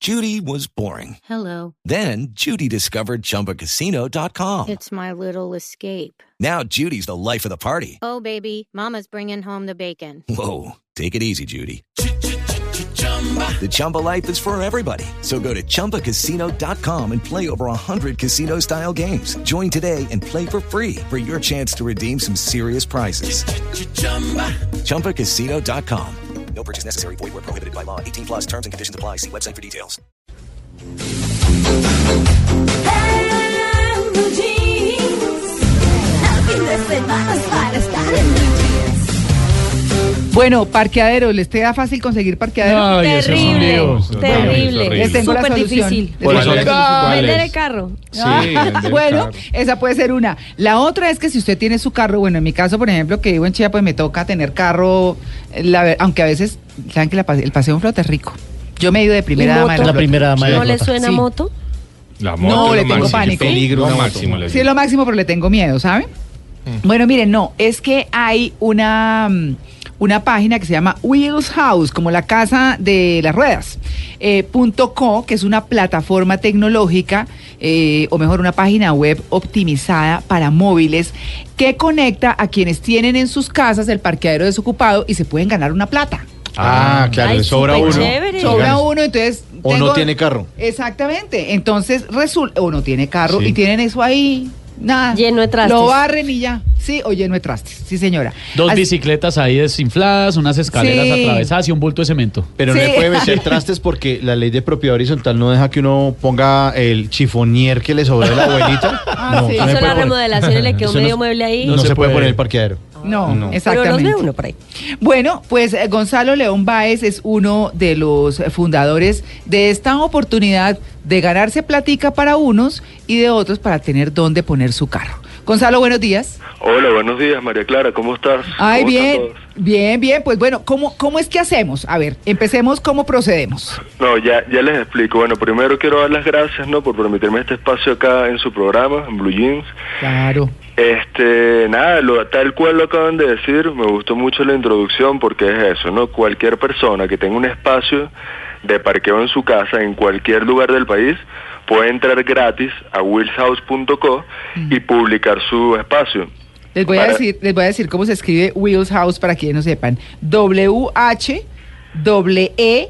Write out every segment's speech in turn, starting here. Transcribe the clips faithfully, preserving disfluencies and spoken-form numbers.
Judy was boring. Hello. Then Judy discovered Chumba Casino dot com. It's my little escape. Now Judy's the life of the party. Oh, baby, mama's bringing home the bacon. Whoa, take it easy, Judy. The Chumba life is for everybody. So go to Chumba Casino dot com and play over one hundred casino-style games. Join today and play for free for your chance to redeem some serious prizes. Chumba Casino dot com. No purchase necessary. Void where prohibited by law. eighteen plus terms and conditions apply. See website for details. Bueno, parqueadero, ¿les queda fácil conseguir parqueadero? Ay, eso es un Terrible, lío. terrible. Les tengo la Súper solución. difícil. Les tengo la solución. Vender el carro. Sí, vender Bueno, carro. esa puede ser una. La otra es que si usted tiene su carro, bueno, en mi caso, por ejemplo, que vivo en Chía, pues me toca tener carro, la ver- aunque a veces, ¿saben que la pase- el paseo en flota es rico? Yo me he ido de primera ¿Y dama de moto? la La flota. primera dama de ¿No la le flota. suena Sí. moto? La moto No, es le lo tengo máximo. pánico. Qué peligro, Lo lo máximo. máximo. les Sí, es digo. lo máximo, pero le tengo miedo, ¿saben? Bueno, miren, no, es que hay una, mm, una página que se llama Wheels House, como la casa de las ruedas, eh, punto co, que es una plataforma tecnológica, eh, o mejor, una página web optimizada para móviles que conecta a quienes tienen en sus casas el parqueadero desocupado y se pueden ganar una plata. Ah, claro, Ay, le sobra súper uno. chévere. Sobra uno, entonces... O tengo- no tiene carro. Exactamente, entonces resulta, o no tiene carro Sí. y tienen eso ahí, nada. Lleno de trastes. Lo barren y ya, sí, o lleno de trastes, sí señora. Dos Así- bicicletas ahí desinfladas, unas escaleras Sí. atravesadas y un bulto de cemento. Pero Sí. no le puede meter trastes porque la ley de propiedad horizontal no deja que uno ponga el chifonier que le sobra de la abuelita. Ah, no, sí. no se Hizo puede la poner. remodelación y le quedó Eso no medio se- mueble ahí. No, No se, se puede puede. poner el parqueadero. No, No. Pero exactamente. los ve uno por ahí. Bueno, pues eh, Gonzalo León Báez es uno de los eh, fundadores de esta oportunidad de ganarse platica para unos y de otros para tener dónde poner su carro. Gonzalo, buenos días. Hola, buenos días, María Clara, ¿cómo estás? Ay, ¿Cómo están bien, todos? bien, bien. Pues bueno, ¿cómo, ¿cómo es que hacemos? A ver, empecemos, ¿cómo procedemos? No, ya, ya les explico. Bueno, primero quiero dar las gracias, ¿no?, por permitirme este espacio acá en su programa, en Blue Jeans. Claro. Este, nada, lo, tal cual lo acaban de decir, me gustó mucho la introducción porque es eso, ¿no? Cualquier persona que tenga un espacio de parqueo en su casa, en cualquier lugar del país, puede entrar gratis a wheels house punto co y publicar su espacio. Les voy a Para- decir, les voy a decir cómo se escribe Wheels House para quienes no sepan. W H E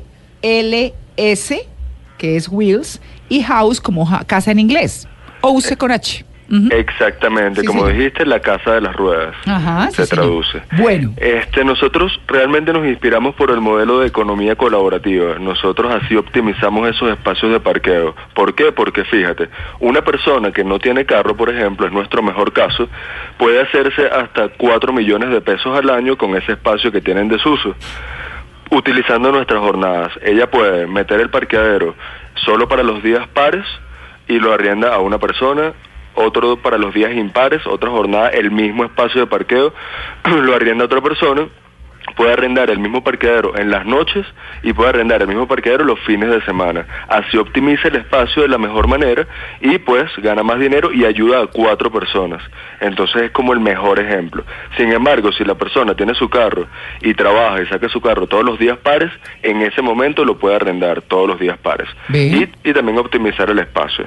L S, que es Wheels, y House como ja- casa en inglés. House con H. Ujú. Exactamente, Sí, como señor. dijiste, la casa de las ruedas. Ajá, sí, se señor. traduce. Bueno, Este, nosotros realmente nos inspiramos por el modelo de economía colaborativa. Nosotros así optimizamos esos espacios de parqueo. ¿Por qué? Porque fíjate, una persona que no tiene carro, por ejemplo, es nuestro mejor caso, puede hacerse hasta cuatro millones de pesos al año con ese espacio que tiene en desuso. Utilizando nuestras jornadas, ella puede meter el parqueadero solo para los días pares y lo arrienda a una persona, otro para los días impares, otra jornada el mismo espacio de parqueo lo arrienda a otra persona, puede arrendar el mismo parqueadero en las noches y puede arrendar el mismo parqueadero los fines de semana. Así optimiza el espacio de la mejor manera y pues gana más dinero y ayuda a cuatro personas. Entonces es como el mejor ejemplo. Sin embargo, si la persona tiene su carro y trabaja y saca su carro todos los días pares, en ese momento lo puede arrendar todos los días pares. Ve. Y, y también optimizar el espacio.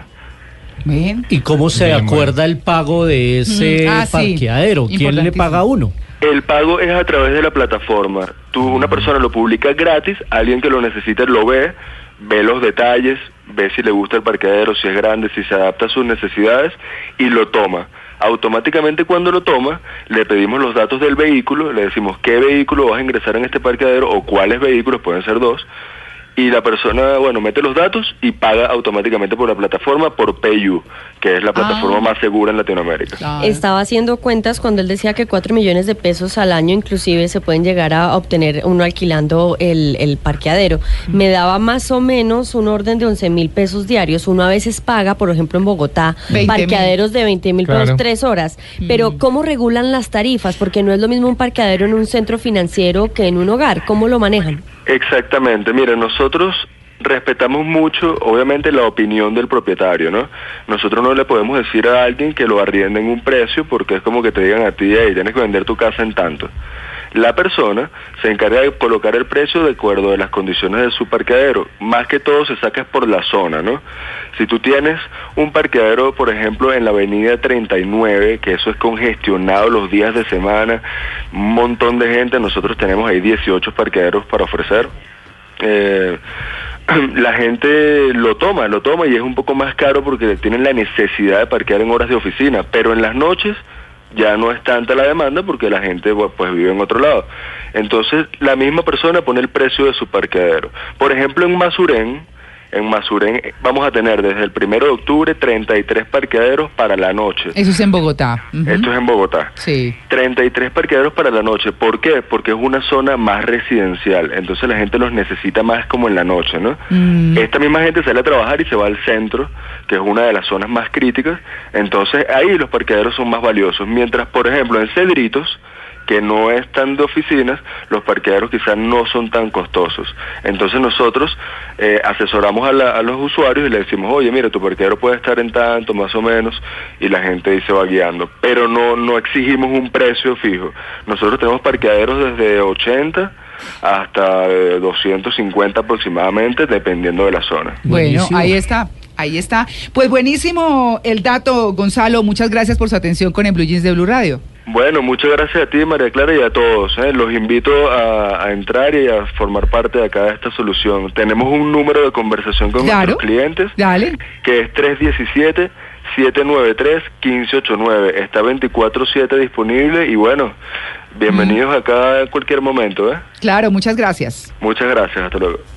ven. ¿Y cómo se Bien, acuerda el pago de ese Mm, ah, sí. parqueadero? ¿Quién le Importantísimo. paga a uno? El pago es a través de la plataforma. Tú, una persona lo publica gratis, alguien que lo necesite lo ve, ve los detalles, ve si le gusta el parqueadero, si es grande, si se adapta a sus necesidades y lo toma. Automáticamente cuando lo toma, le pedimos los datos del vehículo, le decimos qué vehículo vas a ingresar en este parqueadero o cuáles vehículos, pueden ser dos, y la persona, bueno, mete los datos y paga automáticamente por la plataforma por PayU, que es la plataforma Ah. más segura en Latinoamérica. Claro. Estaba haciendo cuentas cuando él decía que cuatro millones de pesos al año inclusive se pueden llegar a obtener uno alquilando el, el parqueadero. Me daba más o menos un orden de once mil pesos diarios. Uno a veces paga, por ejemplo en Bogotá, veinte mil. parqueaderos de veinte mil pesos Claro. tres horas. Pero ¿cómo regulan las tarifas? Porque no es lo mismo un parqueadero en un centro financiero que en un hogar. ¿Cómo lo manejan? Exactamente, mira, nosotros respetamos mucho, obviamente, la opinión del propietario, ¿no? Nosotros no le podemos decir a alguien que lo arriende en un precio porque es como que te digan a ti, hey, tienes que vender tu casa en tanto. La persona se encarga de colocar el precio de acuerdo a las condiciones de su parqueadero. Más que todo se saca por la zona, ¿no? Si tú tienes un parqueadero, por ejemplo, en la avenida treinta y nueve, que eso es congestionado los días de semana, un montón de gente, nosotros tenemos ahí dieciocho parqueaderos para ofrecer. Eh, la gente lo toma, lo toma y es un poco más caro porque tienen la necesidad de parquear en horas de oficina, pero en las noches ya no es tanta la demanda porque la gente pues vive en otro lado. Entonces la misma persona pone el precio de su parqueadero. Por ejemplo, en Masuren, en Masuren vamos a tener desde el primero de octubre treinta y tres parqueaderos para la noche. Eso es en Bogotá. Uh-huh. Esto es en Bogotá. Sí. treinta y tres parqueaderos para la noche. ¿Por qué? Porque es una zona más residencial. Entonces la gente los necesita más como en la noche, ¿no? Mm. Esta misma gente sale a trabajar y se va al centro, que es una de las zonas más críticas. Entonces ahí los parqueaderos son más valiosos. Mientras, por ejemplo, en Cedritos, que no es tan de oficinas, los parqueaderos quizás no son tan costosos. Entonces nosotros eh, asesoramos a, la, a los usuarios y le decimos, oye, mira, tu parqueadero puede estar en tanto, más o menos, y la gente ahí se va guiando. Pero no, no exigimos un precio fijo. Nosotros tenemos parqueaderos desde ochenta hasta doscientos cincuenta aproximadamente, dependiendo de la zona. Bueno, Buenísimo. ahí está. Ahí está. Pues buenísimo el dato, Gonzalo. Muchas gracias por su atención con el Blue Jeans de Blue Radio. Bueno, muchas gracias a ti, María Clara, y a todos. ¿eh? Los invito a, a entrar y a formar parte de acá de esta solución. Tenemos un número de conversación con Claro. nuestros clientes, Dale. que es tres uno siete, siete nueve tres, uno cinco ocho nueve. Está veinticuatro siete disponible y bueno, bienvenidos mm. acá en cualquier momento. ¿eh? Claro, muchas gracias. Muchas gracias, hasta luego.